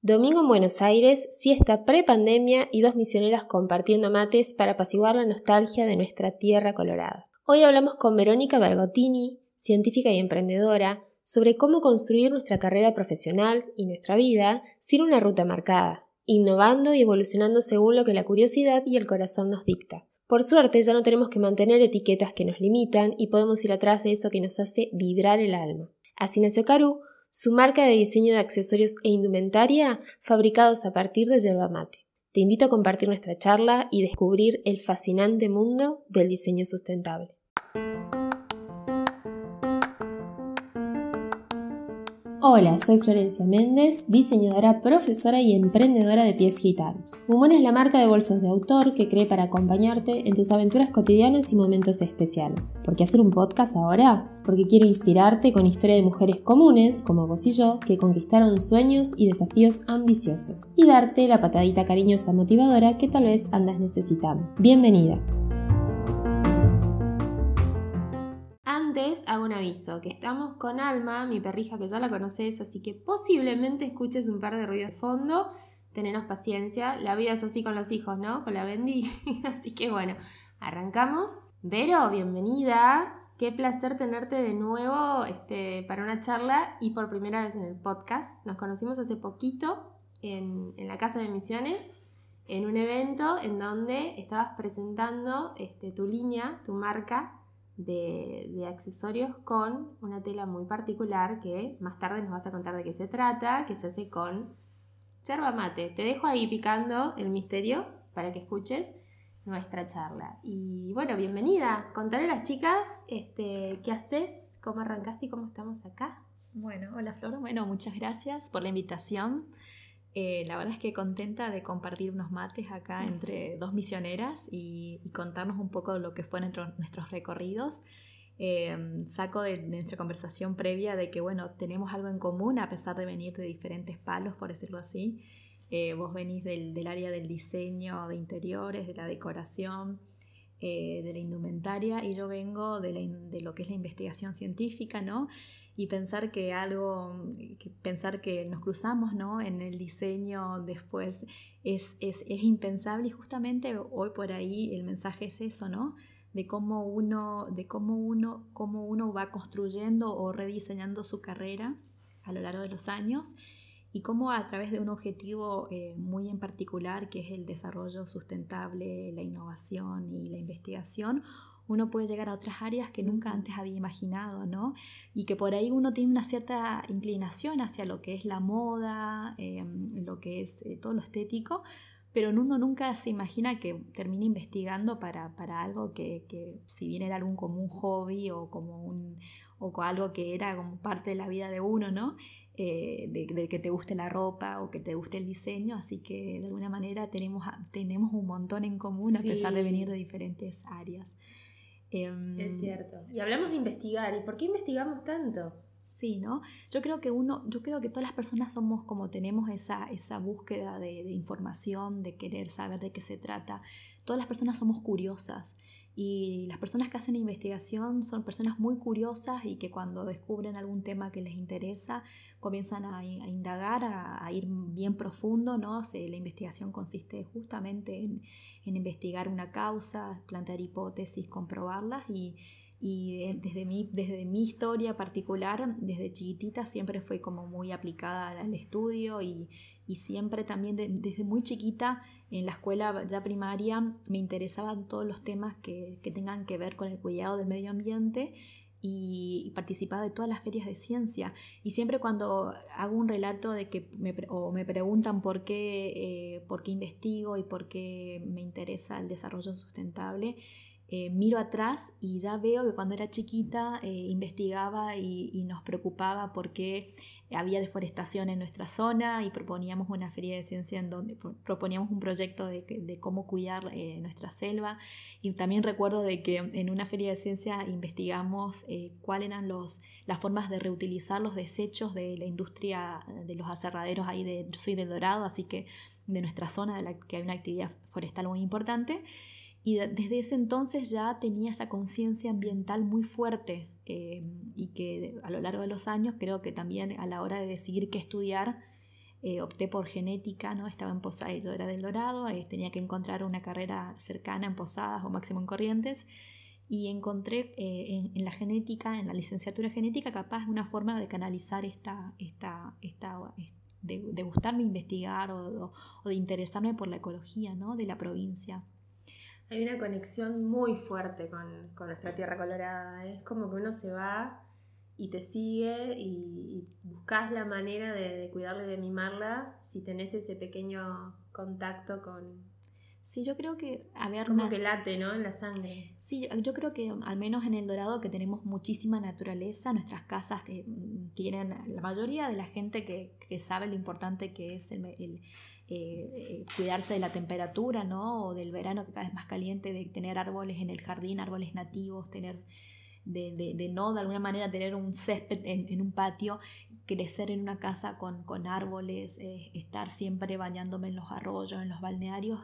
Domingo en Buenos Aires, siesta pre-pandemia y 2 misioneras compartiendo mates para apaciguar la nostalgia de nuestra tierra colorada. Hoy hablamos con Verónica Bergottini, científica y emprendedora, sobre cómo construir nuestra carrera profesional y nuestra vida sin una ruta marcada, innovando y evolucionando según lo que la curiosidad y el corazón nos dicta. Por suerte ya no tenemos que mantener etiquetas que nos limitan y podemos ir atrás de eso que nos hace vibrar el alma. Así nació Karoo, su marca de diseño de accesorios e indumentaria fabricados a partir de yerba mate. Te invito a compartir nuestra charla y descubrir el fascinante mundo del diseño sustentable. Hola, soy Florencia Méndez, diseñadora, profesora y emprendedora de Pies Gitanos. Mumón es la marca de bolsos de autor que creé para acompañarte en tus aventuras cotidianas y momentos especiales. ¿Por qué hacer un podcast ahora? Porque quiero inspirarte con historias de mujeres comunes, como vos y yo, que conquistaron sueños y desafíos ambiciosos, y darte la patadita cariñosa motivadora que tal vez andas necesitando. Bienvenida. Antes hago un aviso, que estamos con Alma, mi perrija que ya la conoces, así que posiblemente escuches un par de ruidos de fondo. Tenenos paciencia, la vida es así con los hijos, ¿no? Con la Bendy. Así que bueno, arrancamos. Vero, bienvenida. Qué placer tenerte de nuevo para una charla y por primera vez en el podcast. Nos conocimos hace poquito en la Casa de Misiones, en un evento en donde estabas presentando tu línea, tu marca de accesorios con una tela muy particular que más tarde nos vas a contar de qué se trata, que se hace con yerba mate. Te dejo ahí picando el misterio para que escuches nuestra charla. Y bueno, bienvenida. Contale a las chicas qué haces, cómo arrancaste y cómo estamos acá. Bueno, hola Flor. Bueno, muchas gracias por la invitación. La verdad es que contenta de compartir unos mates acá entre dos misioneras y contarnos un poco de lo que fueron nuestros recorridos. Saco de nuestra conversación previa de que, bueno, tenemos algo en común a pesar de venir de diferentes palos, por decirlo así. Vos venís del área del diseño de interiores, de la decoración, de la indumentaria, y yo vengo de lo que es la investigación científica, ¿no? Y pensar que nos cruzamos, ¿no? En el diseño después es impensable, y justamente hoy por ahí el mensaje es eso, ¿no? De cómo uno va construyendo o rediseñando su carrera a lo largo de los años, y cómo a través de un objetivo muy en particular, que es el desarrollo sustentable, la innovación y la investigación, uno puede llegar a otras áreas que nunca antes había imaginado, ¿no? Y que por ahí uno tiene una cierta inclinación hacia lo que es la moda, lo que es todo lo estético, pero uno nunca se imagina que termine investigando para algo que si bien era algún como un hobby o algo que era como parte de la vida de uno, ¿no? De que te guste la ropa o que te guste el diseño, así que de alguna manera tenemos un montón en común, sí, a pesar de venir de diferentes áreas. Es cierto. Y hablamos de investigar. ¿Y por qué investigamos tanto? Sí, ¿no? Yo creo que todas las personas somos como tenemos esa búsqueda de información, de querer saber de qué se trata. Todas las personas somos curiosas, y las personas que hacen investigación son personas muy curiosas y que cuando descubren algún tema que les interesa comienzan a indagar, a ir bien profundo, ¿no? La investigación consiste justamente en investigar una causa, plantear hipótesis, comprobarlas, y desde mi historia particular, desde chiquitita siempre fue como muy aplicada al estudio, y siempre también desde muy chiquita en la escuela ya primaria me interesaban todos los temas que tengan que ver con el cuidado del medio ambiente, y participaba de todas las ferias de ciencia, y siempre cuando hago un relato de que me preguntan por qué investigo y por qué me interesa el desarrollo sustentable, miro atrás y ya veo que cuando era chiquita investigaba y nos preocupaba porque había deforestación en nuestra zona, y proponíamos una feria de ciencia en donde proponíamos un proyecto de cómo cuidar nuestra selva. Y también recuerdo de que en una feria de ciencia investigamos cuáles eran las formas de reutilizar los desechos de la industria de los aserraderos. Yo soy del Dorado, así que de nuestra zona, de la que hay una actividad forestal muy importante. Y desde ese entonces ya tenía esa conciencia ambiental muy fuerte, y que a lo largo de los años creo que también a la hora de decidir qué estudiar opté por genética, ¿no? Estaba en Posadas, yo era del Dorado, tenía que encontrar una carrera cercana en Posadas o máximo en Corrientes, y encontré en la genética, en la licenciatura genética, capaz una forma de canalizar de gustarme investigar o de interesarme por la ecología, ¿no? De la provincia. Hay una conexión muy fuerte con nuestra tierra colorada. Es como que uno se va y te sigue y buscas la manera de cuidarla y de mimarla si tenés ese pequeño contacto con... Sí, yo creo que como que late, ¿no? En la sangre. Sí, yo creo que al menos en El Dorado, que tenemos muchísima naturaleza, nuestras casas tienen la mayoría de la gente que sabe lo importante que es cuidarse de la temperatura, ¿no? O del verano que cada vez es más caliente, de tener árboles en el jardín, árboles nativos, tener de no de alguna manera tener un césped en un patio, crecer en una casa con árboles, estar siempre bañándome en los arroyos, en los balnearios.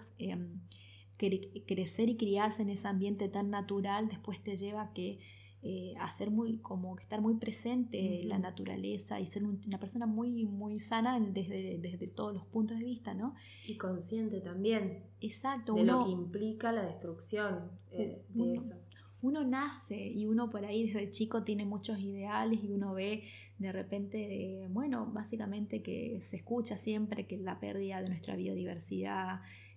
Crecer y criarse en ese ambiente tan natural después te lleva a ser como que estar muy presente en la naturaleza y ser una persona muy, muy sana desde todos los puntos de vista, ¿no? Y consciente también. Exacto. De lo que implica la destrucción de eso. Uno nace y uno por ahí desde chico tiene muchos ideales y uno ve de repente, básicamente que se escucha siempre que la pérdida de nuestra biodiversidad,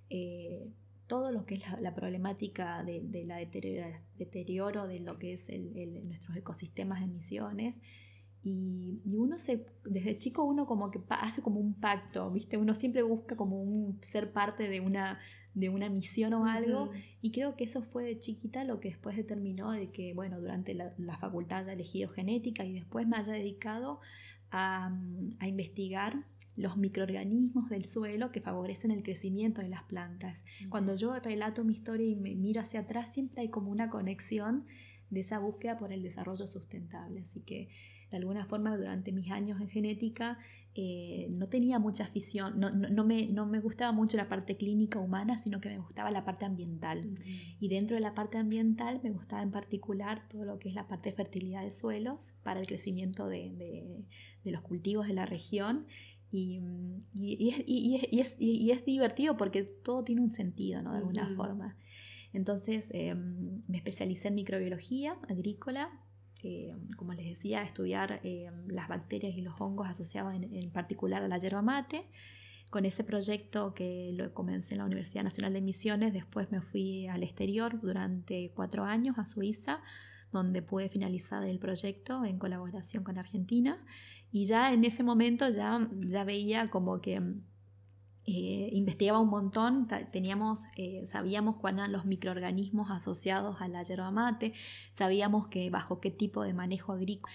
todo lo que es la problemática de la deterioro de lo que es nuestros ecosistemas de emisiones. Y uno desde chico uno como que hace como un pacto, ¿viste? Uno siempre busca como ser parte de una misión o algo, y creo que eso fue de chiquita lo que después determinó de que, durante la facultad haya elegido genética y después me haya dedicado a investigar los microorganismos del suelo que favorecen el crecimiento de las plantas. Cuando yo relato mi historia y me miro hacia atrás, siempre hay como una conexión de esa búsqueda por el desarrollo sustentable. Así que de alguna forma durante mis años en genética no tenía mucha afición, no me gustaba mucho la parte clínica humana, sino que me gustaba la parte ambiental. Y dentro de la parte ambiental me gustaba en particular todo lo que es la parte de fertilidad de suelos para el crecimiento de los cultivos de la región. Y es divertido porque todo tiene un sentido, ¿no? De alguna forma. Entonces me especialicé en microbiología agrícola, como les decía, estudiar las bacterias y los hongos asociados en particular a la yerba mate. Con ese proyecto que lo comencé en la Universidad Nacional de Misiones, después me fui al exterior durante 4 años a Suiza, donde pude finalizar el proyecto en colaboración con Argentina, y ya en ese momento ya veía como que investigaba un montón, sabíamos cuáles eran los microorganismos asociados a la yerba mate, sabíamos que bajo qué tipo de manejo agrícola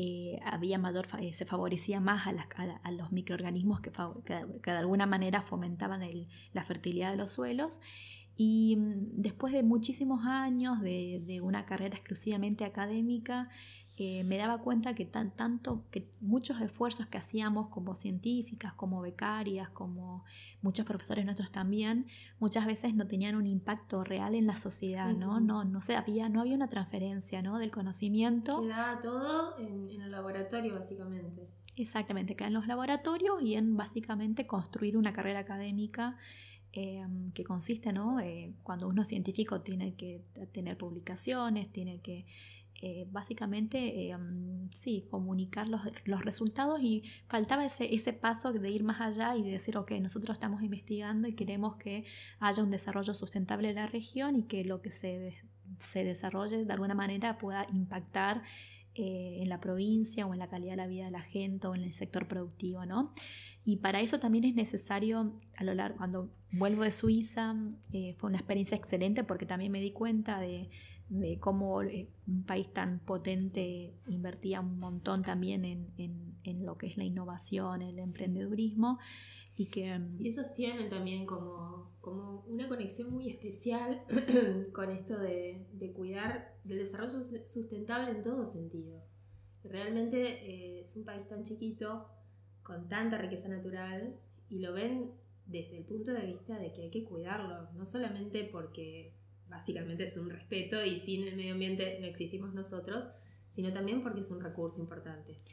se favorecía más a los microorganismos que de alguna manera fomentaban la fertilidad de los suelos. Y después de muchísimos años de una carrera exclusivamente académica, me daba cuenta que que muchos esfuerzos que hacíamos como científicas, como becarias, como muchos profesores nuestros también, muchas veces no tenían un impacto real en la sociedad, ¿no? No había una transferencia, ¿no? Del conocimiento. Quedaba todo en el laboratorio, básicamente. Exactamente, queda en los laboratorios y en básicamente construir una carrera académica que consiste, ¿no? Cuando uno es científico tiene que tener publicaciones, tiene que básicamente comunicar los resultados, y faltaba ese paso de ir más allá y de decir, ok, nosotros estamos investigando y queremos que haya un desarrollo sustentable en la región y que lo que se desarrolle de alguna manera pueda impactar en la provincia o en la calidad de la vida de la gente o en el sector productivo, ¿no? Y para eso también es necesario, cuando vuelvo de Suiza, fue una experiencia excelente porque también me di cuenta de cómo un país tan potente invertía un montón también en lo que es la innovación, el emprendedurismo. Y esos tienen también como una conexión muy especial con esto de cuidar del desarrollo sustentable en todo sentido. Realmente es un país tan chiquito, con tanta riqueza natural, y lo ven desde el punto de vista de que hay que cuidarlo, no solamente porque básicamente es un respeto y sin el medio ambiente no existimos nosotros, sino también porque es un recurso importante.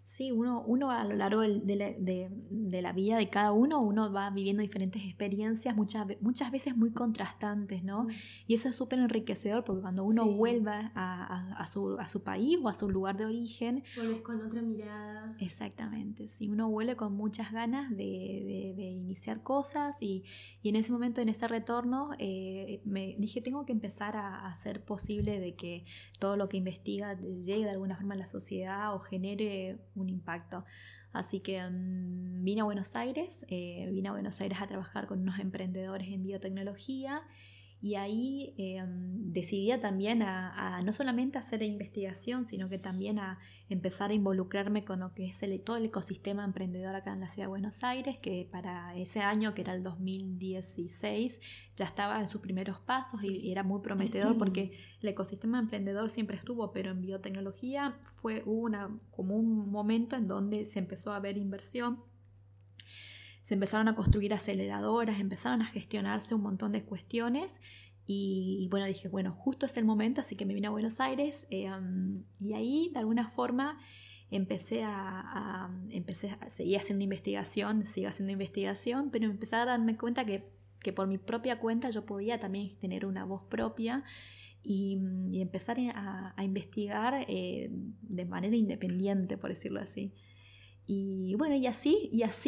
Sí, uno a lo largo de la vida de cada uno va viviendo diferentes experiencias, muchas veces muy contrastantes, ¿no? Y eso es súper enriquecedor porque cuando uno vuelve a su país o a su lugar de origen... Vuelves con otra mirada. Exactamente, sí, uno vuelve con muchas ganas de iniciar cosas y en ese momento, en ese retorno, me dije, tengo que empezar a hacer posible de que todo lo que investiga llegue de alguna forma a la sociedad o genere un impacto. Así que vine a Buenos Aires a trabajar con unos emprendedores en biotecnología y ahí decidí también a no solamente hacer investigación, sino que también a empezar a involucrarme con lo que es todo el ecosistema emprendedor acá en la ciudad de Buenos Aires, que para ese año, que era el 2016, ya estaba en sus primeros pasos y era muy prometedor porque el ecosistema emprendedor siempre estuvo, pero en biotecnología hubo como un momento en donde se empezó a ver inversión. Se empezaron a construir aceleradoras, empezaron a gestionarse un montón de cuestiones y bueno, dije, bueno, justo es el momento, así que me vine a Buenos Aires y ahí de alguna forma empecé a seguir haciendo investigación, sigo haciendo investigación, pero empecé a darme cuenta que por mi propia cuenta yo podía también tener una voz propia y empezar a investigar de manera independiente, por decirlo así. Y bueno, y así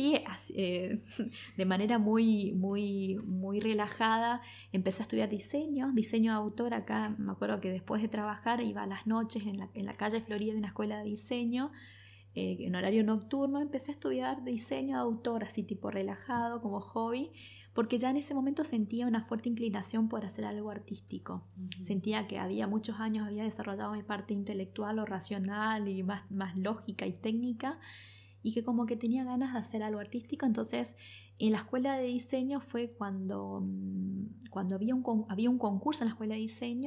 de manera muy relajada empecé a estudiar diseño de autor. Acá me acuerdo que después de trabajar iba a las noches en la calle Florida de una escuela de diseño, en horario nocturno, empecé a estudiar diseño de autor, así tipo relajado, como hobby, porque ya en ese momento sentía una fuerte inclinación por hacer algo artístico. Sentía que había muchos años, había desarrollado mi parte intelectual o racional y más lógica y técnica, y que como que tenía ganas de hacer algo artístico. Entonces en la escuela de diseño fue cuando había un concurso en la escuela de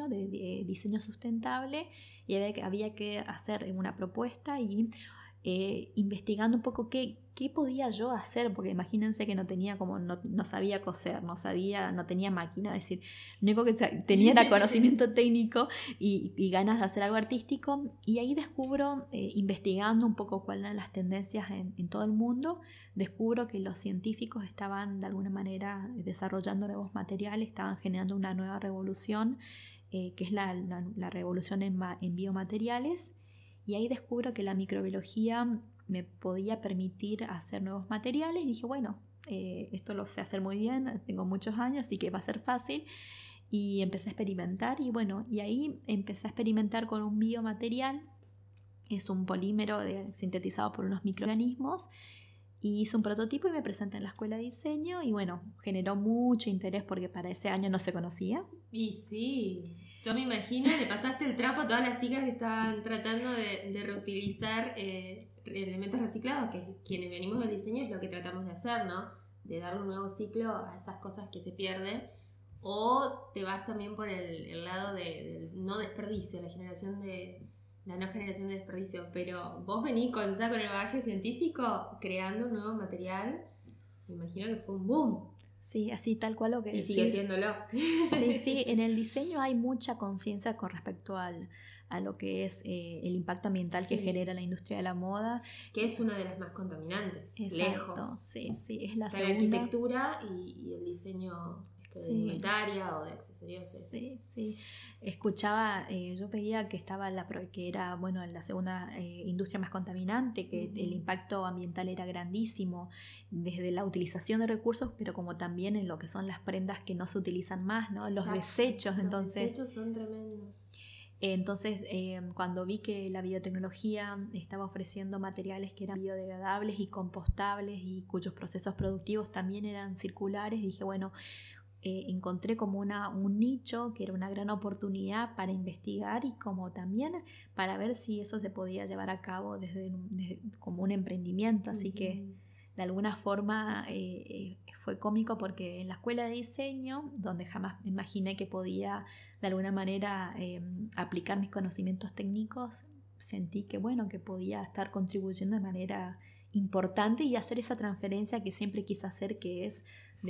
diseño sustentable, y había que hacer una propuesta y investigando un poco qué podía yo hacer, porque imagínense que no sabía coser, no tenía máquina, es decir, lo único que tenía era conocimiento técnico y ganas de hacer algo artístico. Y ahí descubro, investigando un poco cuáles eran las tendencias en todo el mundo, descubro que los científicos estaban de alguna manera desarrollando nuevos materiales, estaban generando una nueva revolución, que es la revolución en biomateriales. Y ahí descubro que la microbiología me podía permitir hacer nuevos materiales y dije, bueno, esto lo sé hacer muy bien, tengo muchos años, así que va a ser fácil. Y empecé a experimentar y bueno, y ahí empecé a experimentar con un biomaterial, es un polímero sintetizado por unos microorganismos, y hice un prototipo y me presenté en la escuela de diseño y bueno, generó mucho interés porque para ese año no se conocía. Y sí, yo me imagino, le pasaste el trapo a todas las chicas que estaban tratando de reutilizar elementos reciclados, que quienes venimos del diseño es lo que tratamos de hacer, ¿no? De darle un nuevo ciclo a esas cosas que se pierden. O te vas también por el lado del no desperdicio, la no generación de desperdicio. Pero vos venís con el bagaje científico creando un nuevo material. Me imagino que fue un boom. Sí, así tal cual lo que decís. Y sigue siéndolo. Sí, en el diseño hay mucha conciencia con respecto a lo que es el impacto ambiental que genera la industria de la moda. Que es una de las más contaminantes, exacto, lejos. Sí, es la segunda. Arquitectura y el diseño de indumentaria o de accesorios. Sí. Escuchaba, yo veía que que era, bueno, la segunda industria más contaminante, que el impacto ambiental era grandísimo, desde la utilización de recursos, pero como también en lo que son las prendas que no se utilizan más, ¿no? Los desechos. Los desechos son tremendos. Entonces, cuando vi que la biotecnología estaba ofreciendo materiales que eran biodegradables y compostables y cuyos procesos productivos también eran circulares, dije, bueno, encontré como un nicho que era una gran oportunidad para investigar y como también para ver si eso se podía llevar a cabo desde como un emprendimiento. Así que de alguna forma fue cómico porque en la escuela de diseño, donde jamás me imaginé que podía de alguna manera aplicar mis conocimientos técnicos, sentí que bueno, que podía estar contribuyendo de manera importante y hacer esa transferencia que siempre quise hacer, que es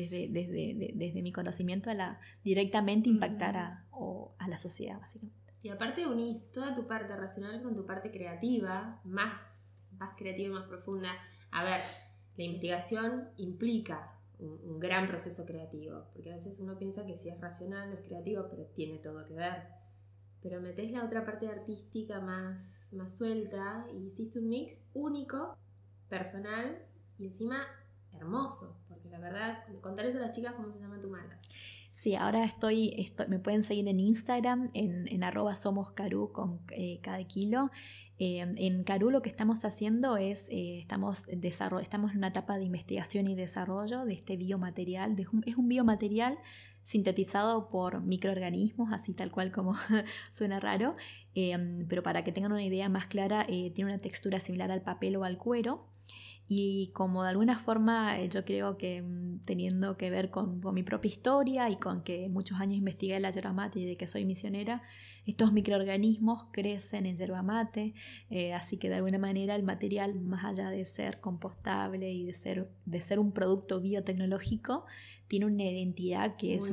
desde mi conocimiento directamente impactar a la sociedad, básicamente. Y aparte unís toda tu parte racional con tu parte creativa, más más creativa y más profunda. A ver, la investigación implica un gran proceso creativo, porque a veces uno piensa que si es racional no es creativo, pero tiene todo que ver. Pero metés la otra parte artística más suelta y hiciste un mix único, personal y encima hermoso, porque la verdad, contarles a las chicas cómo se llama tu marca. Sí, ahora me pueden seguir en Instagram, en @somoscaru con cada kilo. En Caru lo que estamos haciendo es, estamos en una etapa de investigación y desarrollo de este biomaterial. Es un biomaterial sintetizado por microorganismos, así tal cual como suena raro, pero para que tengan una idea más clara, tiene una textura similar al papel o al cuero. Y como de alguna forma yo creo que teniendo que ver con mi propia historia y con que muchos años investigué la yerba mate y de que soy misionera, estos microorganismos crecen en yerba mate, así que de alguna manera el material, más allá de ser compostable y de ser un producto biotecnológico, tiene una identidad que es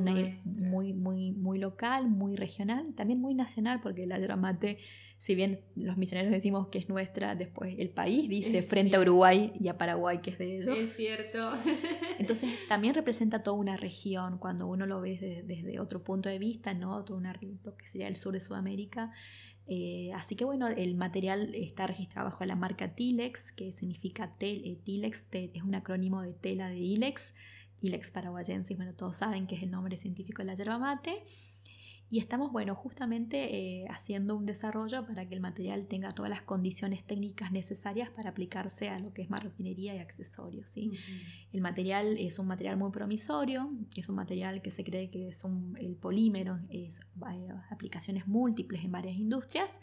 muy local, muy regional, también muy nacional, porque la yerba mate, si bien los misioneros decimos que es nuestra, después el país dice frente a Uruguay y a Paraguay que es de ellos. Es cierto. Entonces también representa toda una región cuando uno lo ve desde otro punto de vista, ¿no? Lo que sería el sur de Sudamérica. Así que bueno, el material está registrado bajo la marca Tilex, que significa Tilex, es un acrónimo de tela de Ilex paraguayensis, bueno, todos saben que es el nombre científico de la yerba mate. Y estamos, bueno, justamente haciendo un desarrollo para que el material tenga todas las condiciones técnicas necesarias para aplicarse a lo que es marroquinería y accesorios, ¿sí? El material es un material muy promisorio, es un material que se cree que es el polímero, aplicaciones múltiples en varias industrias.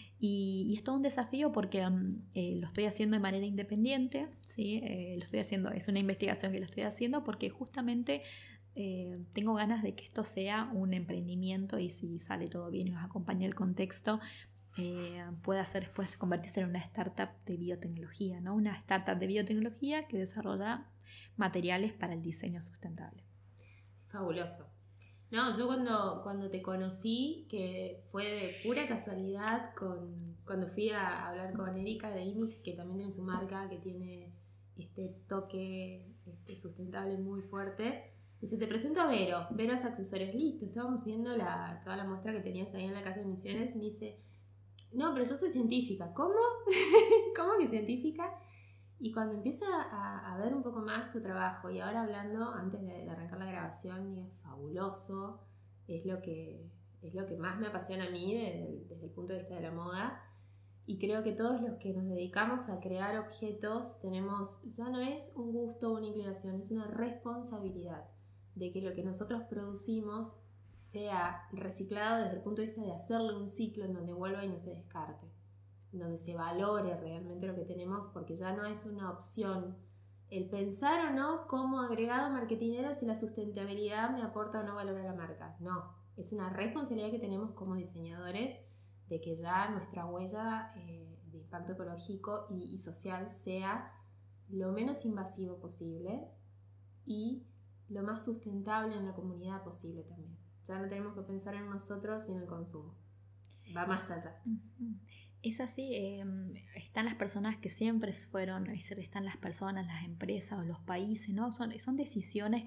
Y es todo un desafío porque lo estoy haciendo de manera independiente, ¿sí? Lo estoy haciendo, es una investigación que lo estoy haciendo porque justamente tengo ganas de que esto sea un emprendimiento y si sale todo bien y nos acompaña el contexto, pueda después convertirse en una startup de biotecnología, ¿no? Una startup de biotecnología que desarrolla materiales para el diseño sustentable. Fabuloso. No, yo cuando te conocí, que fue de pura casualidad, cuando fui a hablar con Erika de Imix, que también tiene su marca, que tiene este toque sustentable muy fuerte. Dice, te presento a Vero es accesorios, listo. Estábamos viendo toda la muestra que tenías ahí en la Casa de Misiones. Me dice, no, pero yo soy científica. ¿Cómo? ¿Cómo que científica? Y cuando empieza a ver un poco más tu trabajo, y ahora hablando, antes de arrancar la grabación, y es fabuloso, es lo que más me apasiona a mí desde el punto de vista de la moda. Y creo que todos los que nos dedicamos a crear objetos tenemos, ya no es un gusto o una inclinación, es una responsabilidad de que lo que nosotros producimos sea reciclado desde el punto de vista de hacerle un ciclo en donde vuelva y no se descarte, en donde se valore realmente lo que tenemos, porque ya no es una opción el pensar o no como agregado marketinero si la sustentabilidad me aporta o no valor a la marca. No, es una responsabilidad que tenemos como diseñadores de que ya nuestra huella de impacto ecológico y social sea lo menos invasivo posible y lo más sustentable en la comunidad posible también. Ya no tenemos que pensar en nosotros y en el consumo. Va más allá. Es así, están las personas que siempre fueron, están las personas, las empresas o los países, ¿no? Son decisiones,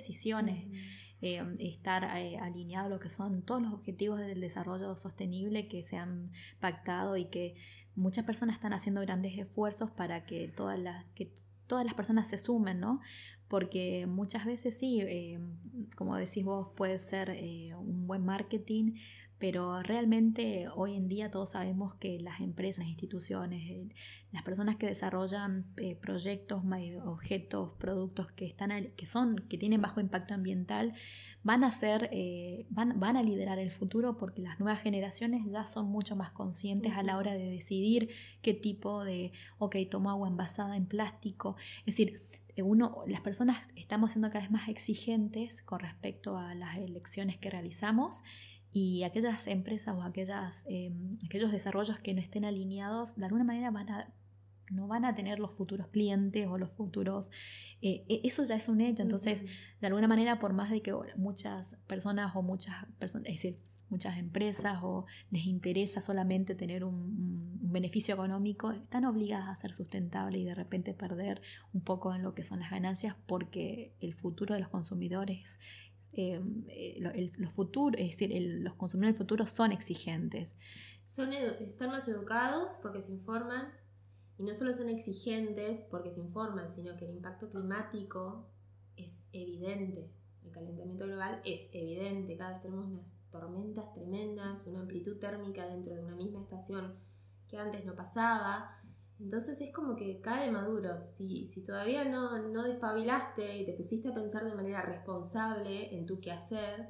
estar alineado a lo que son todos los objetivos del desarrollo sostenible que se han pactado y que muchas personas están haciendo grandes esfuerzos para que todas las personas se sumen, ¿no? Porque muchas veces sí, como decís vos, puede ser un buen marketing, pero realmente hoy en día todos sabemos que las empresas, las instituciones, las personas que desarrollan proyectos, objetos, productos que tienen bajo impacto ambiental, van a liderar el futuro porque las nuevas generaciones ya son mucho más conscientes a la hora de decidir qué tipo de, tomo agua envasada en plástico, es decir, las personas estamos siendo cada vez más exigentes con respecto a las elecciones que realizamos y aquellas empresas o aquellos desarrollos que no estén alineados de alguna manera no van a tener los futuros clientes o los futuros, eso ya es un hecho. Entonces de alguna manera, por más de que muchas personas, es decir, muchas empresas o les interesa solamente tener un beneficio económico, están obligadas a ser sustentables y de repente perder un poco en lo que son las ganancias, porque el futuro de los consumidores, los consumidores del futuro son exigentes. Están más educados porque se informan, y no solo son exigentes porque se informan, sino que el impacto climático es evidente. El calentamiento global es evidente. Cada vez tenemos unas tormentas tremendas, una amplitud térmica dentro de una misma estación que antes no pasaba. Entonces es como que cae maduro. Si todavía no despabilaste y te pusiste a pensar de manera responsable en tu quehacer,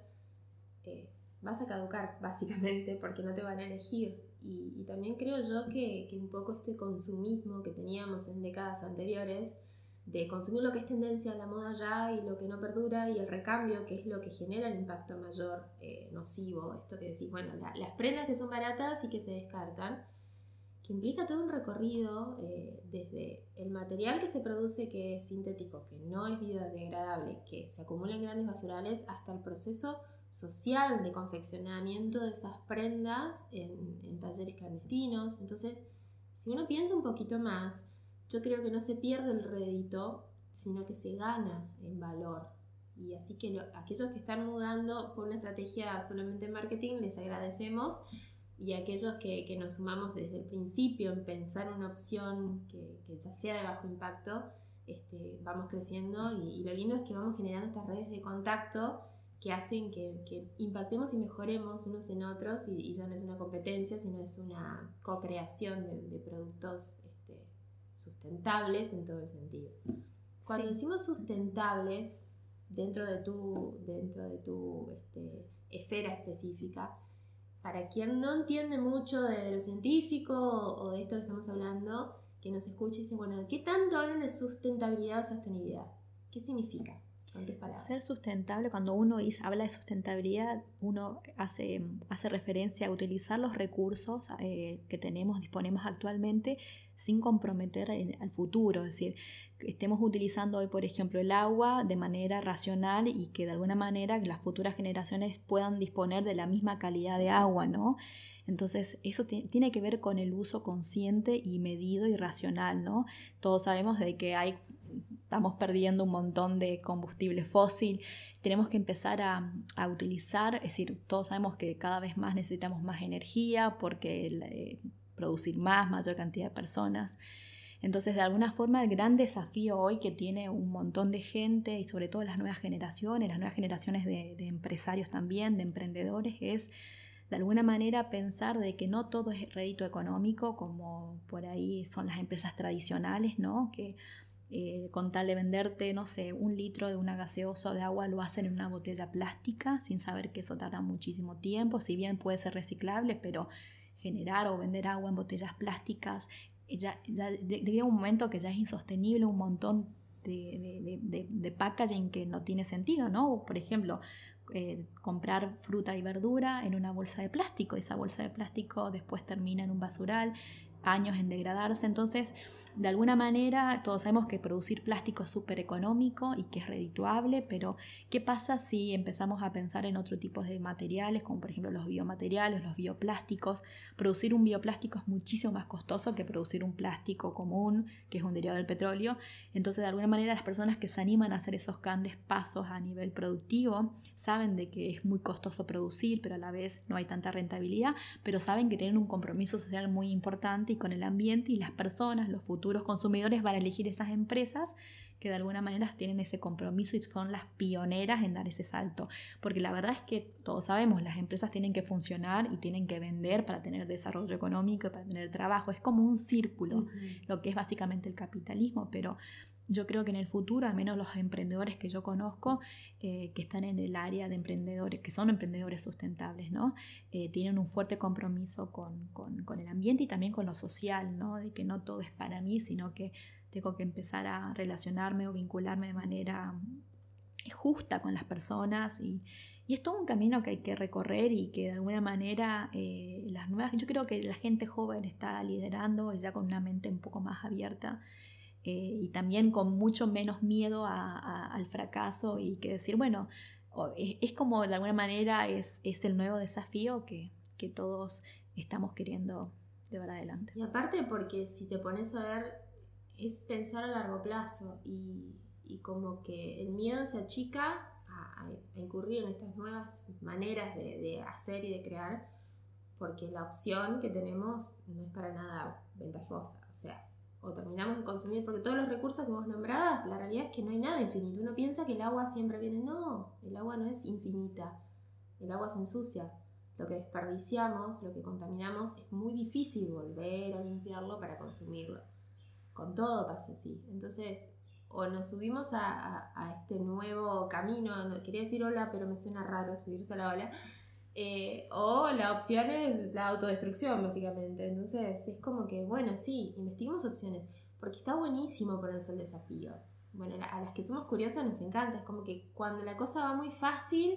vas a caducar básicamente porque no te van a elegir. Y también creo yo que un poco este consumismo que teníamos en décadas anteriores, de consumir lo que es tendencia a la moda ya y lo que no perdura, y el recambio, que es lo que genera el impacto mayor nocivo, esto que decís, bueno, las prendas que son baratas y que se descartan, que implica todo un recorrido desde el material que se produce, que es sintético, que no es biodegradable, que se acumula en grandes basurales, hasta el proceso social de confeccionamiento de esas prendas en talleres clandestinos. Entonces, si uno piensa un poquito más, yo creo que no se pierde el rédito, sino que se gana en valor. Y así que aquellos que están mudando por una estrategia solamente en marketing, les agradecemos. Y aquellos que nos sumamos desde el principio en pensar una opción que ya sea de bajo impacto, vamos creciendo, y lo lindo es que vamos generando estas redes de contacto que hacen que impactemos y mejoremos unos en otros, y ya no es una competencia, sino es una co-creación de productos sustentables en todo el sentido. Cuando decimos sustentables dentro de tu esfera específica, para quien no entiende mucho de lo científico o de esto que estamos hablando, que nos escuche y dice, bueno, ¿qué tanto hablan de sustentabilidad o sostenibilidad? ¿Qué significa? Con tus palabras. Ser sustentable, cuando uno habla de sustentabilidad, uno hace referencia a utilizar los recursos que disponemos actualmente sin comprometer al futuro. Es decir, que estemos utilizando hoy, por ejemplo, el agua de manera racional y que de alguna manera las futuras generaciones puedan disponer de la misma calidad de agua, ¿no? Entonces, eso tiene que ver con el uso consciente y medido y racional, ¿no? Todos sabemos de que estamos perdiendo un montón de combustible fósil. Tenemos que empezar a utilizar, es decir, todos sabemos que cada vez más necesitamos más energía porque producir mayor cantidad de personas. Entonces, de alguna forma, el gran desafío hoy que tiene un montón de gente, y sobre todo las nuevas generaciones de empresarios también, de emprendedores, es de alguna manera pensar de que no todo es rédito económico, como por ahí son las empresas tradicionales, ¿no? Que con tal de venderte, no sé, 1 litro de una gaseosa o de agua, lo hacen en una botella plástica sin saber que eso tarda muchísimo tiempo. Si bien puede ser reciclable, pero generar o vender agua en botellas plásticas ya llega un momento que ya es insostenible, un montón de packaging que no tiene sentido, ¿no? Por ejemplo, comprar fruta y verdura en una bolsa de plástico. Esa bolsa de plástico después termina en un basural, años en degradarse. Entonces, de alguna manera, todos sabemos que producir plástico es súper económico y que es redituable, pero ¿qué pasa si empezamos a pensar en otro tipo de materiales, como por ejemplo los biomateriales, los bioplásticos? Producir un bioplástico es muchísimo más costoso que producir un plástico común, que es un derivado del petróleo. Entonces, de alguna manera, las personas que se animan a hacer esos grandes pasos a nivel productivo saben de que es muy costoso producir, pero a la vez no hay tanta rentabilidad, pero saben que tienen un compromiso social muy importante y con el ambiente, y las personas, los futuros consumidores, van a elegir esas empresas que de alguna manera tienen ese compromiso y son las pioneras en dar ese salto. Porque la verdad es que todos sabemos, las empresas tienen que funcionar y tienen que vender para tener desarrollo económico y para tener trabajo. Es como un círculo, lo que es básicamente el capitalismo, pero yo creo que en el futuro, al menos los emprendedores que yo conozco, que están en el área de emprendedores, que son emprendedores sustentables, ¿no? Tienen un fuerte compromiso con el ambiente y también con lo social, ¿no? De que no todo es para mí, sino que tengo que empezar a relacionarme o vincularme de manera justa con las personas, y es todo un camino que hay que recorrer y que de alguna manera yo creo que la gente joven está liderando ya con una mente un poco más abierta. Y también con mucho menos miedo al fracaso, y que decir, bueno, es como de alguna manera es el nuevo desafío que todos estamos queriendo llevar adelante. Y aparte porque si te pones a ver, es pensar a largo plazo y como que el miedo se achica a incurrir en estas nuevas maneras de hacer y de crear, porque la opción que tenemos no es para nada ventajosa. O sea, o terminamos de consumir, porque todos los recursos que vos nombrabas, la realidad es que no hay nada infinito. Uno piensa que el agua siempre viene. No, el agua no es infinita. El agua se ensucia. Lo que desperdiciamos, lo que contaminamos, es muy difícil volver a limpiarlo para consumirlo. Con todo pasa así. Entonces, o nos subimos a este nuevo camino, no, quería decir ola, pero me suena raro subirse a la ola, o la opción es la autodestrucción, básicamente. Entonces, es como que, bueno, sí, investiguemos opciones, porque está buenísimo ponerse el desafío. Bueno, a las que somos curiosas nos encanta, es como que cuando la cosa va muy fácil,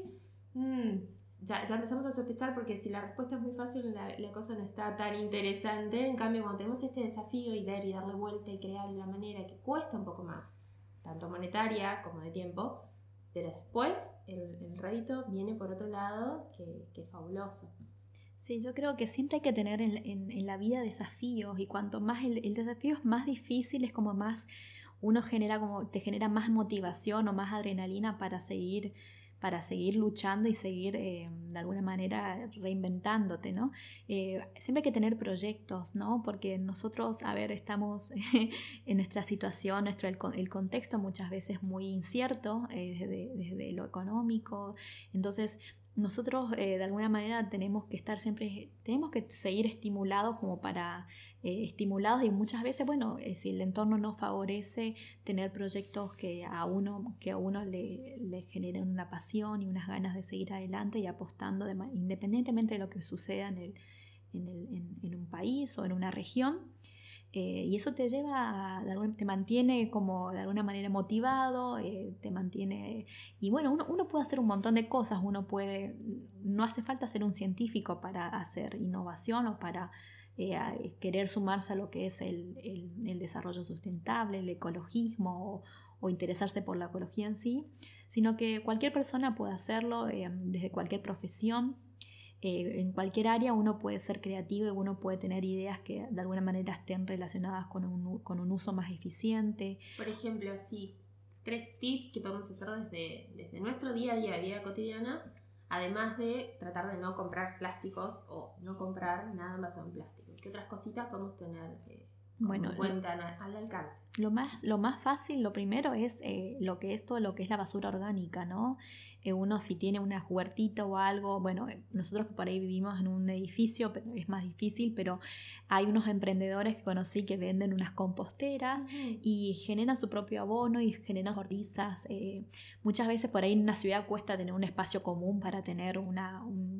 ya empezamos a sospechar, porque si la respuesta es muy fácil, la cosa no está tan interesante. En cambio, cuando tenemos este desafío y ver y darle vuelta y crear de la manera que cuesta un poco más, tanto monetaria como de tiempo, pero después el rédito viene por otro lado, que es fabuloso. Sí, yo creo que siempre hay que tener en la vida desafíos, y cuanto más el desafío es más difícil, es como más uno genera, como te genera más motivación o más adrenalina para seguir luchando y seguir de alguna manera reinventándote, ¿no? Siempre hay que tener proyectos, ¿no? Porque nosotros, a ver, estamos en nuestra situación, el contexto muchas veces muy incierto, desde lo económico. Entonces, nosotros de alguna manera tenemos que seguir estimulados como para estimulados, y muchas veces, bueno, si el entorno no favorece, tener proyectos que a uno le generen una pasión y unas ganas de seguir adelante y apostando independientemente de lo que suceda en un país o en una región. Y eso te lleva, te mantiene como de alguna manera motivado, te mantiene. Y bueno, uno puede hacer un montón de cosas, no hace falta ser un científico para hacer innovación o para querer sumarse a lo que es el desarrollo sustentable, el ecologismo o interesarse por la ecología en sí, sino que cualquier persona puede hacerlo desde cualquier profesión. En cualquier área uno puede ser creativo y uno puede tener ideas que de alguna manera estén relacionadas con un uso más eficiente. Por ejemplo, así, 3 tips que podemos hacer desde nuestro día a día de vida cotidiana, además de tratar de no comprar plásticos o no comprar nada basado en plástico. ¿Qué otras cositas podemos tener en cuenta al alcance? Lo más fácil, lo primero es todo lo que es la basura orgánica, ¿no? Uno, si tiene una huertita o algo, bueno, nosotros que por ahí vivimos en un edificio, pero es más difícil, pero hay unos emprendedores que conocí que venden unas composteras y generan su propio abono y generan hortalizas. Muchas veces por ahí en una ciudad cuesta tener un espacio común para tener una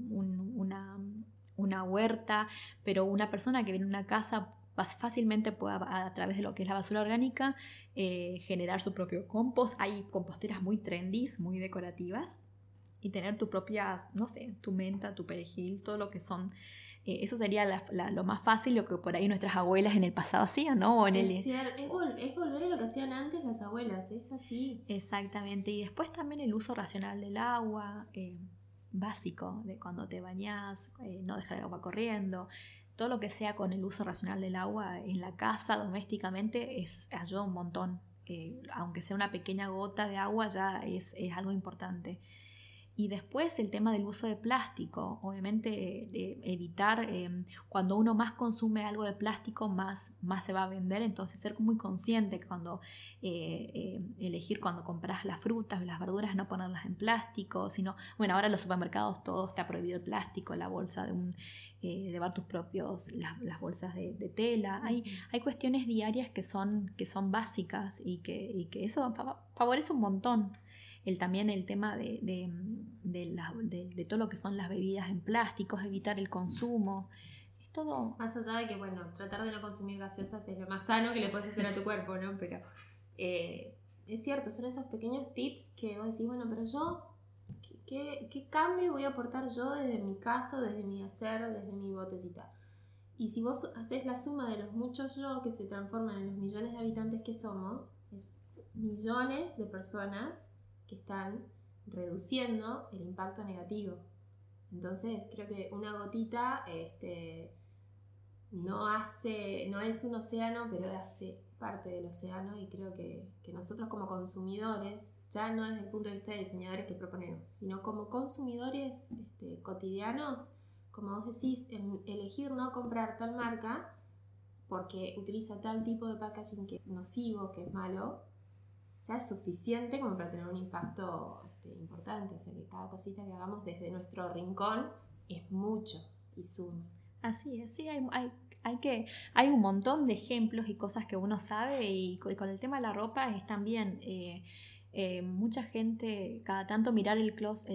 huerta, pero una persona que viene a una casa fácilmente puede, a través de lo que es la basura orgánica, generar su propio compost. Hay composteras muy trendy, muy decorativas, y tener tu propia, no sé, tu menta, tu perejil, todo lo que son. Eso sería lo más fácil, lo que por ahí nuestras abuelas en el pasado hacían, ¿no? Es volver a lo que hacían antes las abuelas, es así. Exactamente, y después también el uso racional del agua, básico, de cuando te bañás, no dejar el agua corriendo. Todo lo que sea con el uso racional del agua en la casa, domésticamente, ayuda un montón. Aunque sea una pequeña gota de agua, ya es algo importante. Y después el tema del uso de plástico. Obviamente evitar, cuando uno más consume algo de plástico, más se va a vender. Entonces ser muy consciente que cuando elegir cuando compras las frutas o las verduras, no ponerlas en plástico, sino, bueno, ahora en los supermercados todo está prohibido el plástico, la bolsa llevar tus propios, las bolsas de tela. Hay cuestiones diarias que son básicas y que eso favorece un montón. También el tema de todo lo que son las bebidas en plásticos, evitar el consumo. Es todo. Más allá de que, bueno, tratar de no consumir gaseosas es lo más sano que le puedes hacer a tu cuerpo, ¿no? Pero es cierto, son esos pequeños tips que vos decís, bueno, pero yo, ¿qué cambio voy a aportar yo desde mi caso, desde mi hacer, desde mi botellita? Y si vos haces la suma de los muchos yo que se transforman en los millones de habitantes que somos, es millones de personas que están reduciendo el impacto negativo. Entonces creo que una gotita no es un océano, pero hace parte del océano, y creo que nosotros como consumidores, ya no desde el punto de vista de diseñadores que proponemos, sino como consumidores cotidianos, como vos decís, elegir no comprar tal marca porque utiliza tal tipo de packaging que es nocivo, que es malo, ya es suficiente como para tener un impacto importante. O sea, que cada cosita que hagamos desde nuestro rincón es mucho y suma. Así es, sí, hay un montón de ejemplos y cosas que uno sabe, y con el tema de la ropa es también mucha gente cada tanto mirar el closet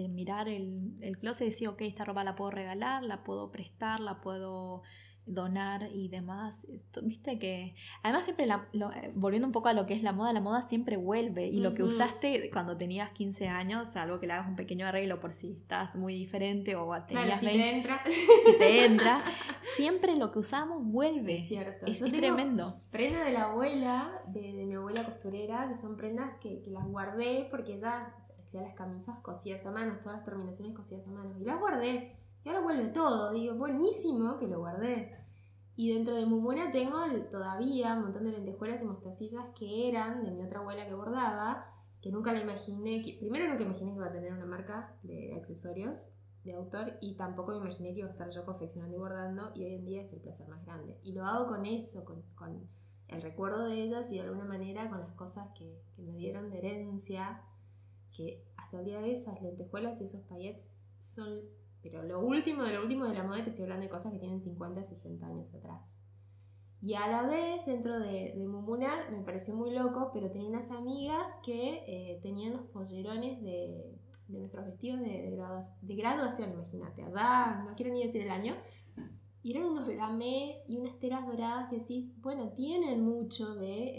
y decir, ok, esta ropa la puedo regalar, la puedo prestar, la puedo donar y demás. Viste que además siempre volviendo un poco a lo que es la moda siempre vuelve, y lo que usaste cuando tenías 15 años, salvo que le hagas un pequeño arreglo por si estás muy diferente o tenías claro, 20, si te entra, siempre lo que usamos vuelve. Es cierto. Es Yo tengo tremendo. Prendas de la abuela, de mi abuela costurera, que son prendas que las guardé porque ella hacía las camisas cosidas a mano, todas las terminaciones cosidas a mano, y las guardé. Y ahora vuelve todo. Digo, buenísimo que lo guardé. Y dentro de Mumuna tengo todavía un montón de lentejuelas y mostacillas que eran de mi otra abuela que bordaba, que nunca la imaginé. Primero nunca imaginé que iba a tener una marca de accesorios de autor, y tampoco me imaginé que iba a estar yo confeccionando y bordando, y hoy en día es el placer más grande. Y lo hago con eso, con el recuerdo de ellas, y de alguna manera con las cosas que me dieron de herencia, que hasta el día de hoy esas lentejuelas y esos paillettes son, pero lo último de la moda. Te estoy hablando de cosas que tienen 50, 60 años atrás. Y a la vez, dentro de Mumuna, me pareció muy loco, pero tenía unas amigas que tenían los pollerones de nuestros vestidos de graduación, imagínate, allá no quiero ni decir el año, y eran unos lamés y unas telas doradas que decís, bueno, tienen mucho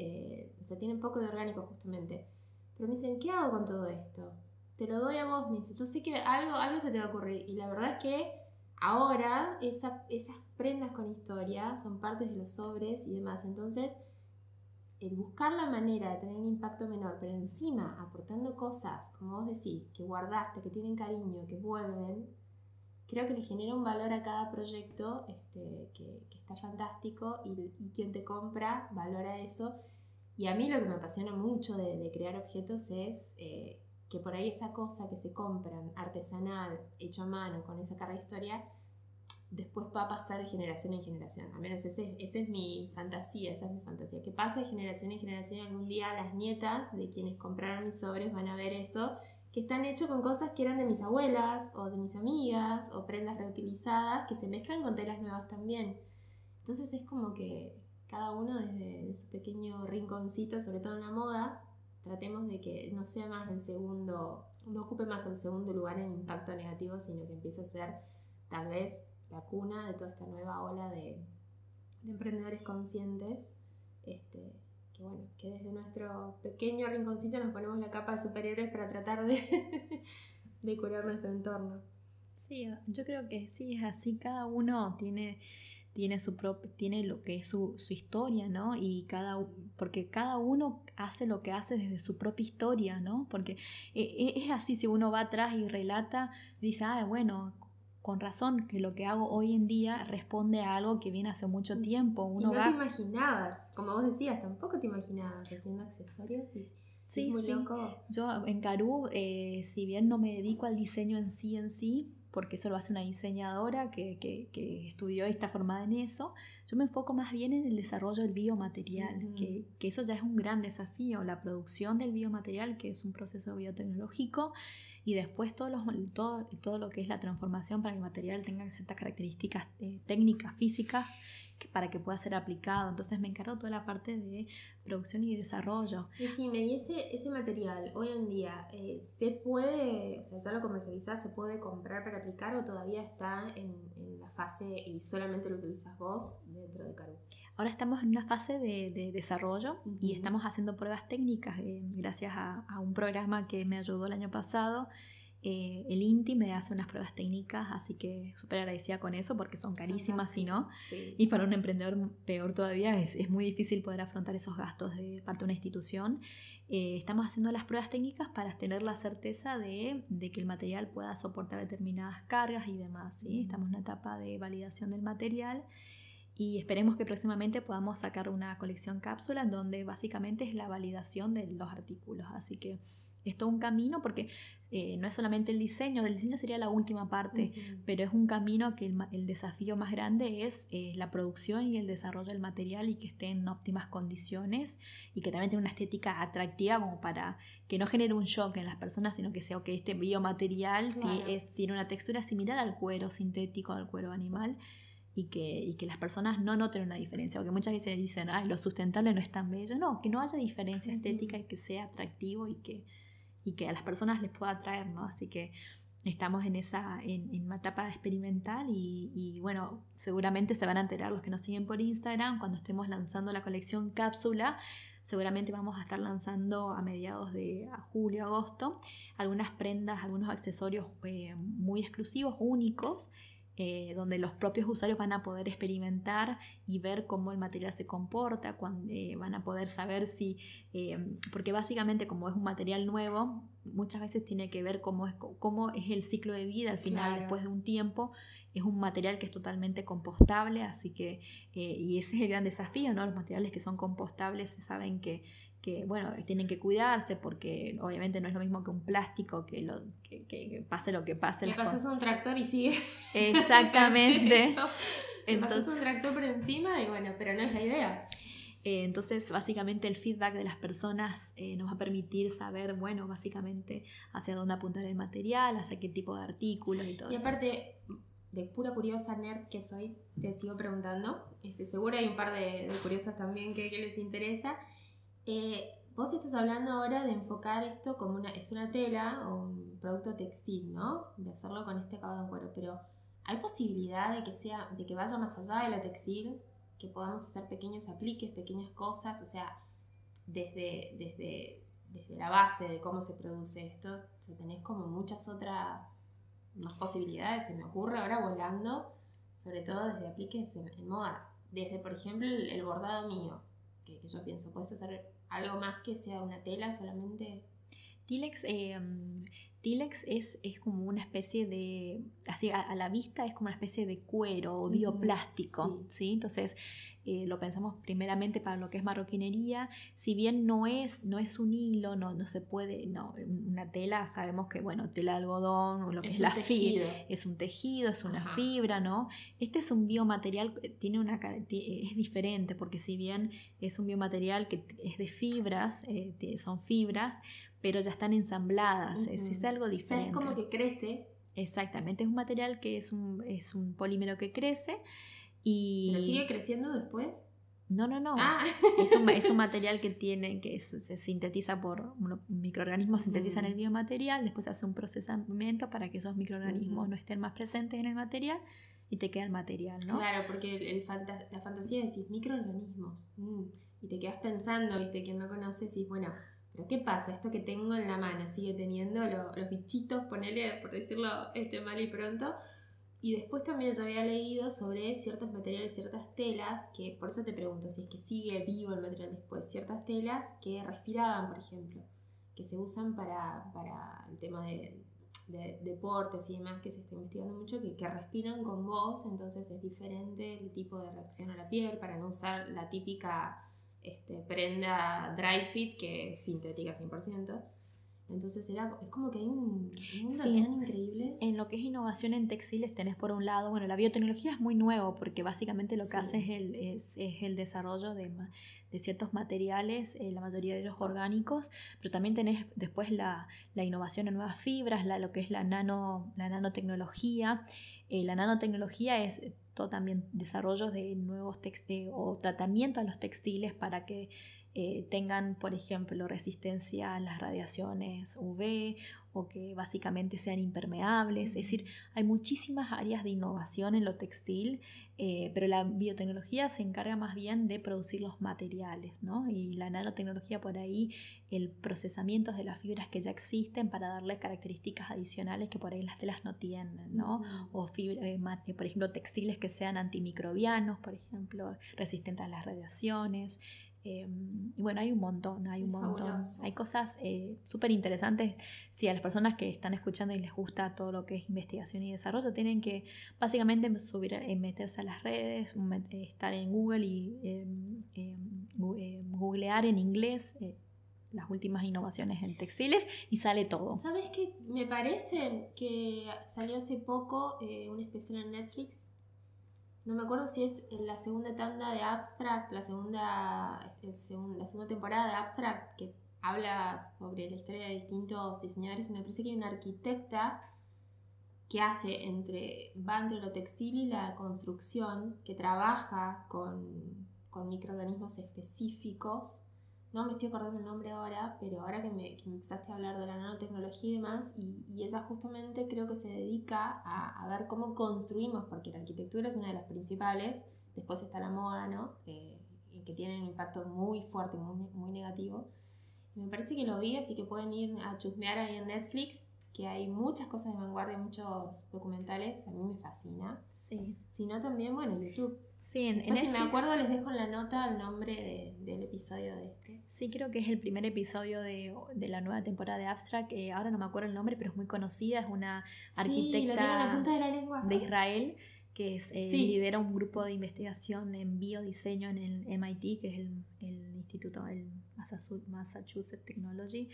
o sea, tienen poco de orgánico justamente, pero me dicen, ¿qué hago con todo esto? Te lo doy a vos, me dice, yo sé que algo se te va a ocurrir, y la verdad es que ahora esas prendas con historia son partes de los sobres y demás. Entonces, el buscar la manera de tener un impacto menor, pero encima aportando cosas, como vos decís, que guardaste, que tienen cariño, que vuelven, creo que le genera un valor a cada proyecto que está fantástico, y quien te compra valora eso. Y a mí lo que me apasiona mucho de crear objetos es que por ahí esa cosa que se compran artesanal, hecho a mano, con esa carga de historia, después va a pasar de generación en generación. Al menos esa es mi fantasía, que pase de generación en generación, y algún día las nietas de quienes compraron mis sobres van a ver eso, que están hechos con cosas que eran de mis abuelas o de mis amigas, o prendas reutilizadas que se mezclan con telas nuevas también. Entonces es como que cada uno desde su pequeño rinconcito, sobre todo en la moda, tratemos de que no sea más no ocupe más el segundo lugar en impacto negativo, sino que empiece a ser tal vez la cuna de toda esta nueva ola de emprendedores conscientes, que desde nuestro pequeño rinconcito nos ponemos la capa de superhéroes para tratar de curar nuestro entorno. Sí, yo creo que sí, es así. Cada uno tiene lo que es su historia, ¿no? Porque cada uno hace lo que hace desde su propia historia, ¿no? Porque es así, si uno va atrás y relata, dice, bueno, con razón que lo que hago hoy en día responde a algo que viene hace mucho tiempo. Y no te imaginabas, como vos decías, tampoco te imaginabas haciendo accesorios, y sí, es muy sí. loco. Yo en Karoo, si bien no me dedico al diseño en sí, porque eso lo hace una diseñadora que estudió y está formada en eso, yo me enfoco más bien en el desarrollo del biomaterial, que eso ya es un gran desafío, la producción del biomaterial, que es un proceso biotecnológico, y después todo lo que es la transformación para que el material tenga ciertas características técnicas, físicas, para que pueda ser aplicado. Entonces me encargo toda la parte de producción y desarrollo. Decime, ¿y ese material hoy en día se puede, o sea, ya lo comercializás, se puede comprar para aplicar, o todavía está en la fase y solamente lo utilizas vos dentro de Karoo? Ahora estamos en una fase de desarrollo y estamos haciendo pruebas técnicas gracias a un programa que me ayudó el año pasado. El INTI me hace unas pruebas técnicas, así que súper agradecida con eso, porque son carísimas, si no. Sí. Y para un emprendedor peor todavía, es muy difícil poder afrontar esos gastos de parte de una institución. estamos haciendo las pruebas técnicas para tener la certeza de que el material pueda soportar determinadas cargas y demás, ¿sí? Estamos en una etapa de validación del material y esperemos que próximamente podamos sacar una colección cápsula en donde básicamente es la validación de los artículos. Así que es todo un camino porque no es solamente el diseño sería la última parte, pero es un camino que el desafío más grande es la producción y el desarrollo del material y que esté en óptimas condiciones y que también tenga una estética atractiva como para que no genere un shock en las personas, sino que sea que este biomaterial tiene una textura similar al cuero sintético, al cuero animal. Y que las personas no noten una diferencia, porque muchas veces dicen, lo sustentable no es tan bello. No, que no haya diferencia estética y que sea atractivo y que a las personas les pueda atraer, ¿no? Así que estamos en una etapa experimental y bueno, seguramente se van a enterar los que nos siguen por Instagram cuando estemos lanzando la colección cápsula. Seguramente vamos a estar lanzando a mediados de julio, agosto, algunas prendas, algunos accesorios muy exclusivos, únicos, donde los propios usuarios van a poder experimentar y ver cómo el material se comporta, van a poder saber si, porque básicamente como es un material nuevo, muchas veces tiene que ver cómo es el ciclo de vida al final, después de un tiempo. Es un material que es totalmente compostable, así que, y ese es el gran desafío, ¿no? Los materiales que son compostables se saben que bueno, tienen que cuidarse porque obviamente no es lo mismo que un plástico que pase lo que pase. Que pasas un tractor y sigue. Exactamente. Entonces, pasas un tractor por encima y bueno, pero no es la idea. Entonces, básicamente el feedback de las personas nos va a permitir saber, bueno, básicamente hacia dónde apuntar el material, hacia qué tipo de artículos y todo eso. Y aparte, de pura curiosa nerd que soy, te sigo preguntando. Seguro hay un par de curiosas también que les interesa. Vos estás hablando ahora de enfocar esto como es una tela o un producto textil, ¿no? De hacerlo con este acabado en cuero, pero ¿hay posibilidad de que vaya más allá de lo textil? Que podamos hacer pequeños apliques, pequeñas cosas, o sea, desde la base de cómo se produce esto, o sea, tenés como muchas otras más posibilidades, se me ocurre ahora volando, sobre todo desde apliques en moda, desde por ejemplo el bordado mío, que yo pienso, ¿puedes hacer algo más que sea una tela solamente? Tilex es como una especie de, así a la vista es como una especie de cuero o bioplástico, ¿sí? Entonces lo pensamos primeramente para lo que es marroquinería, si bien no es un hilo, no se puede, una tela, sabemos que bueno, tela de algodón o lo que es la fibra, es un tejido, es una fibra, ¿no? Este es un biomaterial, es diferente porque si bien es un biomaterial que es de fibras, son fibras, pero ya están ensambladas, es algo diferente. O sea, es como que crece. Exactamente, es un material que es un polímero que crece y... ¿Pero sigue creciendo después? No. Es un material que se sintetiza por microorganismos, sintetizan el biomaterial, después hace un procesamiento para que esos microorganismos no estén más presentes en el material y te queda el material, ¿no? Claro, porque la fantasía decís microorganismos y te quedas pensando, viste, quien no conoce, decís, bueno, pero ¿qué pasa? Esto que tengo en la mano sigue teniendo los bichitos, ponele, por decirlo mal y pronto. Y después también yo había leído sobre ciertos materiales, ciertas telas, que por eso te pregunto si es que sigue vivo el material después, ciertas telas que respiraban, por ejemplo, que se usan para el tema de deportes y demás, que se está investigando mucho, que respiran con vos, entonces es diferente el tipo de reacción a la piel, para no usar la típica prenda dry fit que es sintética 100%. Entonces es como que hay un mundo tan increíble. En lo que es innovación en textiles tenés por un lado, bueno, la biotecnología es muy nuevo porque básicamente lo que hace es el desarrollo de ciertos materiales, la mayoría de ellos orgánicos, pero también tenés después la innovación en nuevas fibras, lo que es la nanotecnología. La nanotecnología es todo también desarrollo de nuevos o tratamiento a los textiles para que tengan, por ejemplo, resistencia a las radiaciones UV o que básicamente sean impermeables. Es decir, hay muchísimas áreas de innovación en lo textil, pero la biotecnología se encarga más bien de producir los materiales, ¿no? Y la nanotecnología por ahí, el procesamiento de las fibras que ya existen para darle características adicionales que por ahí las telas no tienen, ¿no? O por ejemplo, textiles que sean antimicrobianos, por ejemplo, resistentes a las radiaciones. Y bueno, hay un montón. Fabuloso. Hay cosas súper interesantes. Si a las personas que están escuchando y les gusta todo lo que es investigación y desarrollo, tienen que básicamente meterse a las redes, estar en Google y googlear en inglés las últimas innovaciones en textiles y sale todo. ¿Sabes qué? Me parece que salió hace poco un especial en Netflix. No me acuerdo si es la segunda tanda de Abstract, la segunda temporada de Abstract, que habla sobre la historia de distintos diseñadores. Y me parece que hay una arquitecta que va entre lo textil y la construcción, que trabaja con microorganismos específicos. No me estoy acordando el nombre ahora, pero ahora que me empezaste a hablar de la nanotecnología y demás, y ella justamente creo que se dedica a ver cómo construimos, porque la arquitectura es una de las principales, después está la moda, ¿no? Que tiene un impacto muy fuerte, muy, muy negativo. Y me parece que lo vi, así que pueden ir a chusmear ahí en Netflix, que hay muchas cosas de vanguardia, muchos documentales, a mí me fascina. Sí. Sino también, bueno, YouTube. Sí, en Después, si me Netflix, acuerdo, les dejo en la nota el nombre del episodio de este. Sí, creo que es el primer episodio de la nueva temporada de Abstract. Ahora no me acuerdo el nombre, pero es muy conocida. Es una arquitecta lo tiene en la punta de la lengua. de Israel que Sí. lidera un grupo de investigación en biodiseño en el MIT, que es el instituto, el Massachusetts Technology.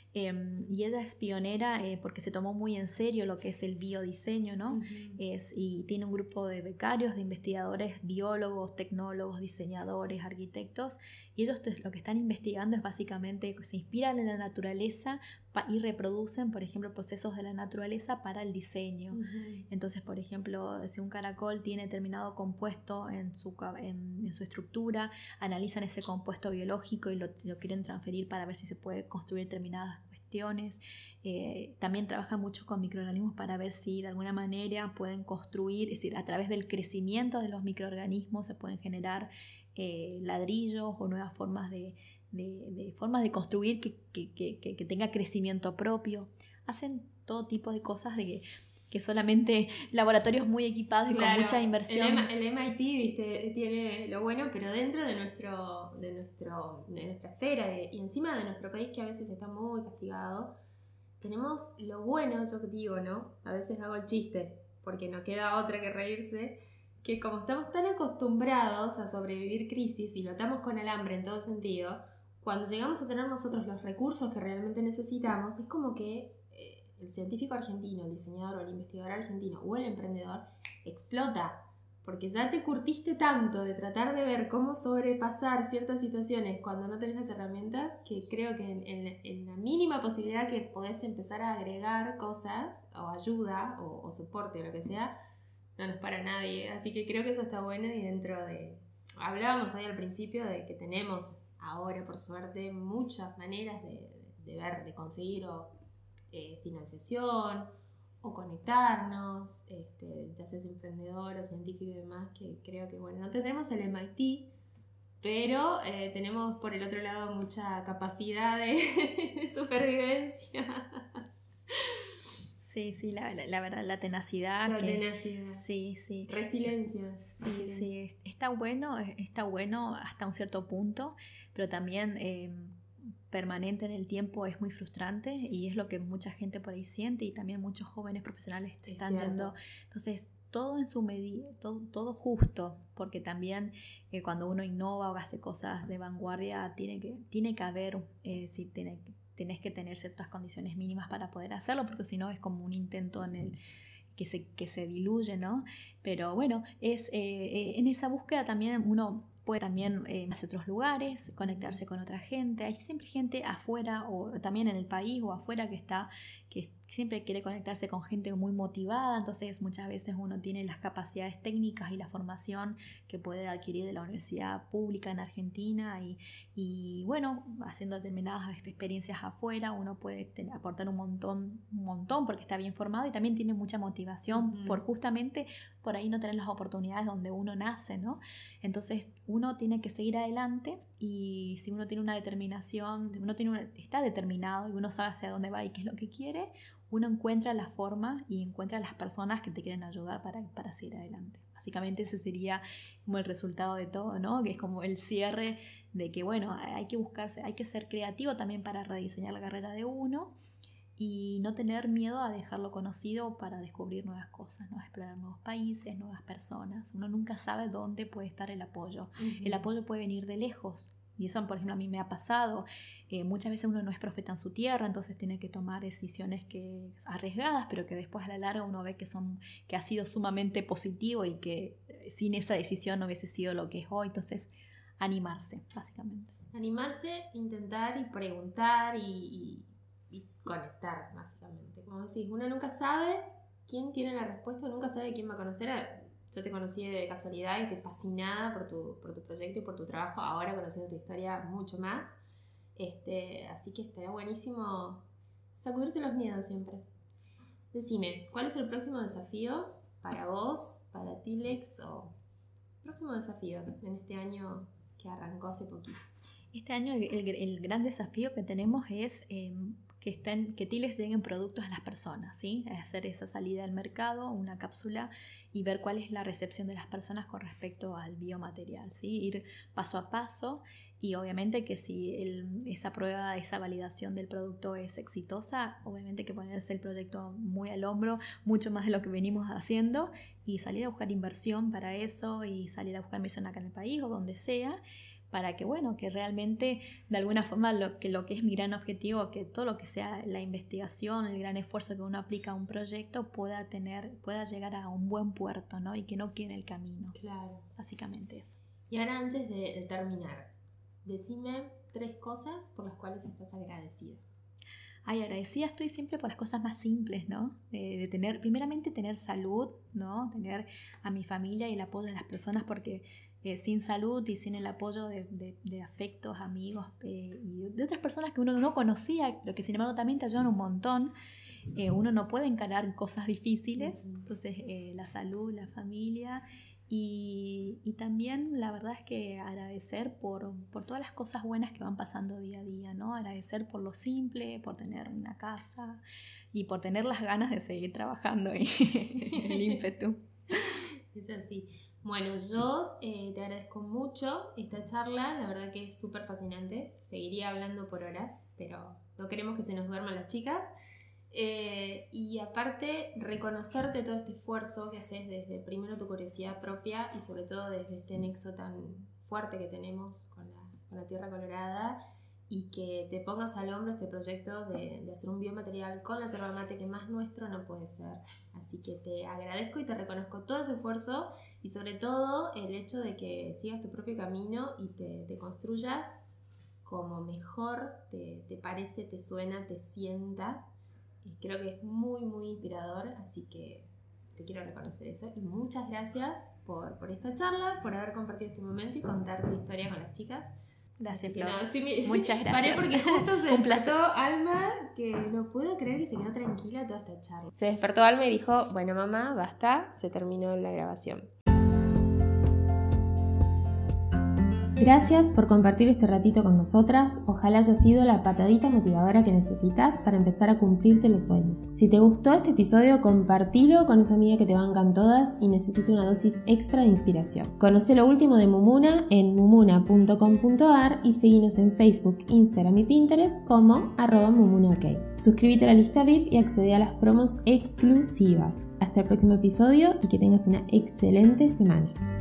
Y ella es pionera porque se tomó muy en serio lo que es el biodiseño, ¿no? Y tiene un grupo de becarios, de investigadores, biólogos, tecnólogos, diseñadores, arquitectos, y ellos lo que están investigando es básicamente que se inspiran en la naturaleza y reproducen, por ejemplo, procesos de la naturaleza para el diseño. Entonces, por ejemplo, si un caracol tiene determinado compuesto en su estructura, analizan ese compuesto biológico y lo quieren transferir para ver si se puede construir determinadas cuestiones. También trabajan mucho con microorganismos para ver si de alguna manera pueden construir, es decir, a través del crecimiento de los microorganismos se pueden generar ladrillos o nuevas formas de construir que tenga crecimiento propio. Hacen todo tipo de cosas que solamente laboratorios muy equipados y con mucha inversión. El MIT, viste, tiene lo bueno, pero dentro de nuestra esfera y encima de nuestro país, que a veces está muy castigado, tenemos lo bueno, yo digo, ¿no? A veces hago el chiste, porque no queda otra que reírse, que como estamos tan acostumbrados a sobrevivir crisis y lo atamos con el hambre en todo sentido, cuando llegamos a tener nosotros los recursos que realmente necesitamos, es como que el científico argentino, el diseñador o el investigador argentino o el emprendedor explota, porque ya te curtiste tanto de tratar de ver cómo sobrepasar ciertas situaciones cuando no tenés las herramientas, que creo que en la mínima posibilidad que podés empezar a agregar cosas o ayuda o soporte o lo que sea, no nos para nadie. Así que creo que eso está bueno. Y dentro de... Hablábamos ahí al principio de que tenemos ahora, por suerte, muchas maneras de ver, de conseguir financiación o conectarnos, ya seas emprendedor o científico y demás, que creo que, bueno, no tendremos el MIT, pero tenemos por el otro lado mucha capacidad de supervivencia. Sí, la verdad, la tenacidad. Tenacidad. Sí. Resiliencia. Sí, está bueno hasta un cierto punto, pero también permanente en el tiempo es muy frustrante y es lo que mucha gente por ahí siente y también muchos jóvenes profesionales están yendo. Entonces, todo en su medida, todo justo, porque también cuando uno innova o hace cosas de vanguardia, tiene que haber, tenés que tener ciertas condiciones mínimas para poder hacerlo, porque si no es como un intento en el que se diluye, ¿no? Pero bueno, en esa búsqueda también uno puede también hacer otros lugares, conectarse con otra gente. Hay siempre gente afuera o también en el país o afuera que siempre quiere conectarse con gente muy motivada, entonces muchas veces uno tiene las capacidades técnicas y la formación que puede adquirir de la universidad pública en Argentina y bueno, haciendo determinadas experiencias afuera uno puede aportar un montón porque está bien formado y también tiene mucha motivación por justamente por ahí no tener las oportunidades donde uno nace, ¿no? Entonces uno tiene que seguir adelante y si uno tiene una determinación, está determinado y uno sabe hacia dónde va y qué es lo que quiere, uno encuentra la forma y encuentra las personas que te quieren ayudar para seguir adelante. Básicamente ese sería como el resultado de todo, ¿no? Que es como el cierre de que bueno, hay que buscarse, hay que ser creativo también para rediseñar la carrera de uno y no tener miedo a dejar lo conocido para descubrir nuevas cosas, ¿no? Explorar nuevos países, nuevas personas. Uno nunca sabe dónde puede estar el apoyo. El apoyo puede venir de lejos. Y eso, por ejemplo, a mí me ha pasado. Muchas veces uno no es profeta en su tierra, entonces tiene que tomar decisiones arriesgadas, pero que después a la larga uno ve que ha sido sumamente positivo y que sin esa decisión no hubiese sido lo que es hoy. Entonces, animarse, básicamente. Animarse, intentar y preguntar y conectar, básicamente. Como decís, uno nunca sabe quién tiene la respuesta, nunca sabe quién va a conocer. Yo te conocí de casualidad y estoy fascinada por tu proyecto y por tu trabajo. Ahora, conociendo tu historia mucho más. Así que estaría buenísimo sacudirse los miedos siempre. Decime, ¿cuál es el próximo desafío para vos, para Tilex, o próximo desafío en este año que arrancó hace poquito? Este año el gran desafío que tenemos es que Tilex lleguen productos a las personas, ¿sí? Hacer esa salida al mercado, una cápsula, y ver cuál es la recepción de las personas con respecto al biomaterial, ¿sí? Ir paso a paso, y obviamente que si esa prueba, esa validación del producto es exitosa, obviamente que ponerse el proyecto muy al hombro, mucho más de lo que venimos haciendo, y salir a buscar inversión para eso, y salir a buscar inversión acá en el país o donde sea, para que, bueno, que realmente de alguna forma lo que es mi gran objetivo, que todo lo que sea la investigación, el gran esfuerzo que uno aplica a un proyecto pueda llegar a un buen puerto, ¿no? Y que no quede en el camino. Claro. Básicamente eso. Y ahora, antes de terminar, decime 3 cosas por las cuales estás agradecida. Agradecida estoy siempre por las cosas más simples, ¿no? De primeramente tener salud, ¿no? Tener a mi familia y el apoyo de las personas, porque sin salud y sin el apoyo de afectos, amigos y de otras personas que uno no conocía, pero que sin embargo también te ayudan un montón, uno no puede encarar cosas difíciles. Entonces la salud, la familia y también la verdad es que agradecer por todas las cosas buenas que van pasando día a día, ¿no? Agradecer por lo simple, por tener una casa y por tener las ganas de seguir trabajando y el ímpetu. Es así. Bueno, yo te agradezco mucho esta charla, la verdad que es súper fascinante. Seguiría hablando por horas, pero no queremos que se nos duerman las chicas. Y aparte, reconocerte todo este esfuerzo que haces desde primero tu curiosidad propia y sobre todo desde este nexo tan fuerte que tenemos con la Tierra Colorada, y que te pongas al hombro este proyecto de hacer un biomaterial con la yerba mate, que más nuestro no puede ser. Así que te agradezco y te reconozco todo ese esfuerzo, y sobre todo el hecho de que sigas tu propio camino y te construyas como mejor te parece, te suena, te sientas. Creo que es muy, muy inspirador, así que te quiero reconocer eso. Y muchas gracias por esta charla, por haber compartido este momento y contar tu historia con las chicas. Gracias, Flor. No, muchas gracias. Paré porque justo se despertó Alma, que no puedo creer que se quedó tranquila toda esta charla. Se despertó Alma y dijo, bueno mamá, basta, se terminó la grabación. Gracias por compartir este ratito con nosotras. Ojalá haya sido la patadita motivadora que necesitas para empezar a cumplirte los sueños. Si te gustó este episodio, compartilo con esa amiga que te bancan todas y necesita una dosis extra de inspiración. Conoce lo último de Mumuna en mumuna.com.ar y seguinos en Facebook, Instagram y Pinterest como @mumunaok. Suscríbete a la lista VIP y accede a las promos exclusivas. Hasta el próximo episodio y que tengas una excelente semana.